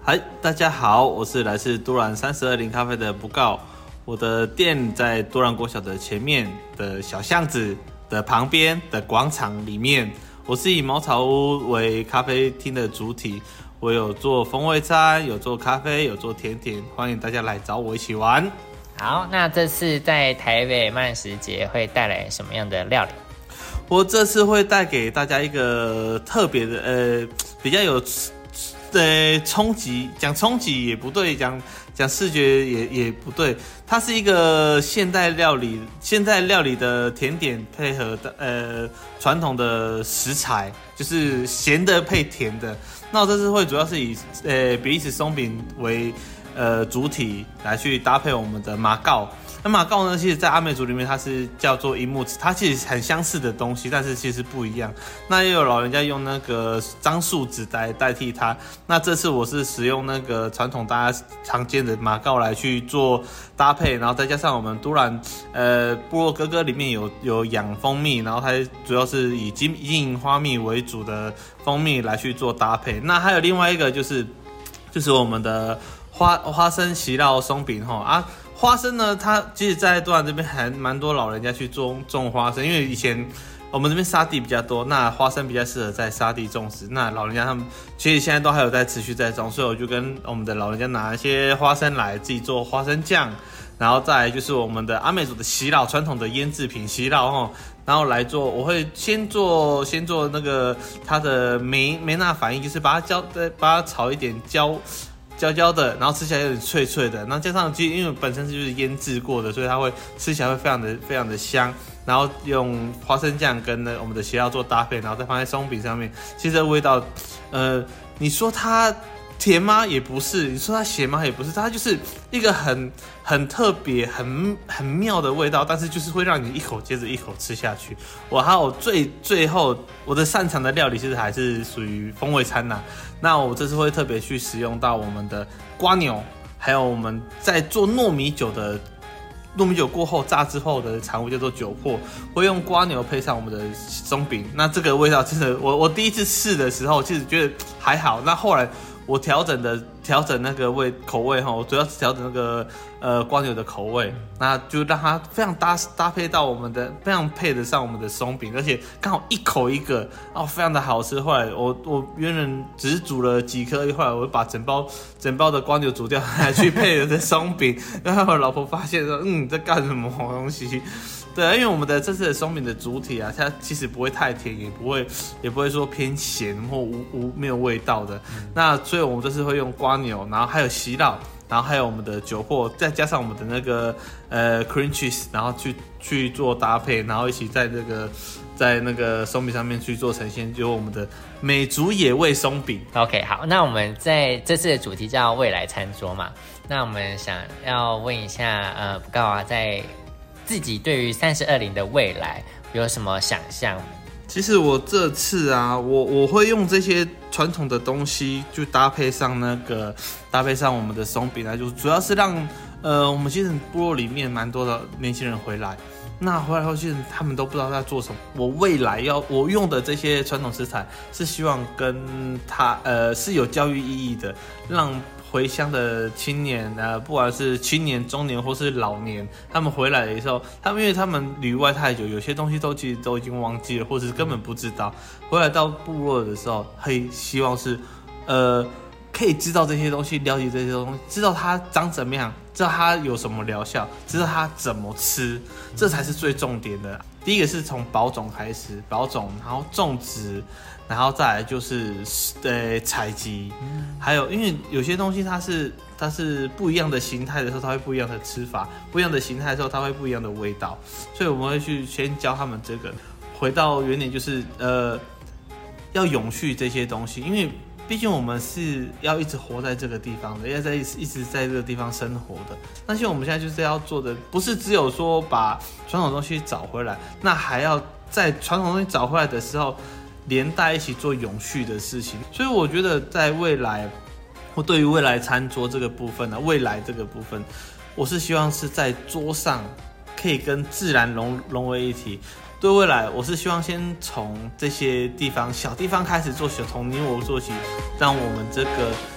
嗨，大家好，我是来自都兰32零咖啡的不告。我的店在都兰国小的前面的小巷子的旁边的广场里面。我是以茅草屋为咖啡厅的主体，我有做风味餐，有做咖啡，有做甜点，欢迎大家来找我一起玩。 好，那这次在台北慢食节会带来什么样的料理？ 我这次会带给大家一个特别的，比较有冲击，讲冲击也不对，讲视觉也不对，它是一个现代料理的甜点，配合的传统的食材，就是咸的配甜的。那我这次会主要是以比利时松饼为主体来去搭配我们的马告。那马告呢，其实在阿美族里面它是叫做樱木子，它其实很相似的东西，但是其实不一样。那也有老人家用那个樟树子来代替它。那这次我是使用那个传统大家常见的马告来去做搭配，然后再加上我们都兰部落哥哥里面有养蜂蜜，然后它主要是以金银花蜜为主的蜂蜜来去做搭配。那还有另外一个就是我们的花生席烙松饼啊。花生呢，它其实在都兰这边还蛮多老人家去种花生，因为以前我们这边沙地比较多，那花生比较适合在沙地种植。那老人家他们其实现在都还有在持续在种，所以我就跟我们的老人家拿一些花生来自己做花生酱，然后再来就是我们的阿美族的席烙，传统的腌制品席烙然后来做，我会先做那个它的梅纳反应，就是把它炒一点焦的，然后吃起来有点脆脆的，然后加上因为本身就是腌制过的，所以它会吃起来会非常的香。然后用花生酱跟我们的席烙做搭配，然后再放在松饼上面。其实味道，你说它甜吗？也不是。你说它咸吗？也不是。它就是一个很特别、很妙的味道，但是就是会让你一口接着一口吃下去。还有最后我的擅长的料理其实还是属于风味餐那我这次会特别去使用到我们的蝸牛，还有我们在做糯米酒过后炸之后的产物叫做酒粕，会用蝸牛配上我们的松饼。那这个味道真的，我第一次试的时候其实觉得还好，那后来我调整那个口味我主要是调整那个蝸牛的口味，那就让它非常搭配到我们的，非常配得上我们的松饼，而且刚好一口一个非常的好吃。后来我原本只是煮了几颗，后来我把整包的蝸牛煮掉，来去配的这松饼，然后我老婆发现说，在干什么东西？对啊，因为我们的这次的松饼的主体它其实不会太甜，也不会说偏咸或没有味道的。那所以我们这次会用蝸牛，然后还有席烙，然后还有我们的酒粕，再加上我们的那个cream cheese， 然后去做搭配，然后一起在那个松饼上面去做呈现，就是我们的美族野味松饼。 OK， 好，那我们在这次的主题叫未来餐桌嘛，那我们想要问一下不告在自己对于32-0的未来有什么想象？ 其实我这次我会用这些传统的东西，就搭配上我们的松饼就主要是让我们其实部落里面蛮多的年轻人回来。那回来后，其实他们都不知道在做什么。我未来我用的这些传统食材，是希望跟他是有教育意义的，让回乡的青年不管是青年、中年或是老年，他们回来的时候，因为他们旅外太久，有些东西其实都已经忘记了，或者是根本不知道。回来到部落的时候，会希望是可以知道这些东西，了解这些东西，知道它长怎么样，知道它有什么疗效，知道它怎么吃，这才是最重点的。第一个是从保种开始，保种，然后种植，然后再来就是采集，还有因为有些东西它是不一样的形态的时候，它会不一样的吃法；不一样的形态的时候，它会不一样的味道。所以我们会去先教他们这个。回到原点就是要永续这些东西，因为毕竟我们是要一直活在这个地方的，要一直在这个地方生活的。那像我们现在就是要做的，不是只有说把传统东西找回来，那还要在传统东西找回来的时候，连带一起做永续的事情。所以我觉得在未来，或对于未来餐桌这个部分未来这个部分，我是希望是在桌上可以跟自然融为一体。对未来，我是希望先从这些地方小地方开始做，从你我做起，让我们这个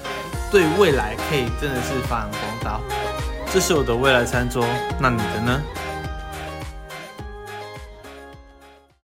对未来可以真的是发扬光大。这是我的未来餐桌，那你的呢？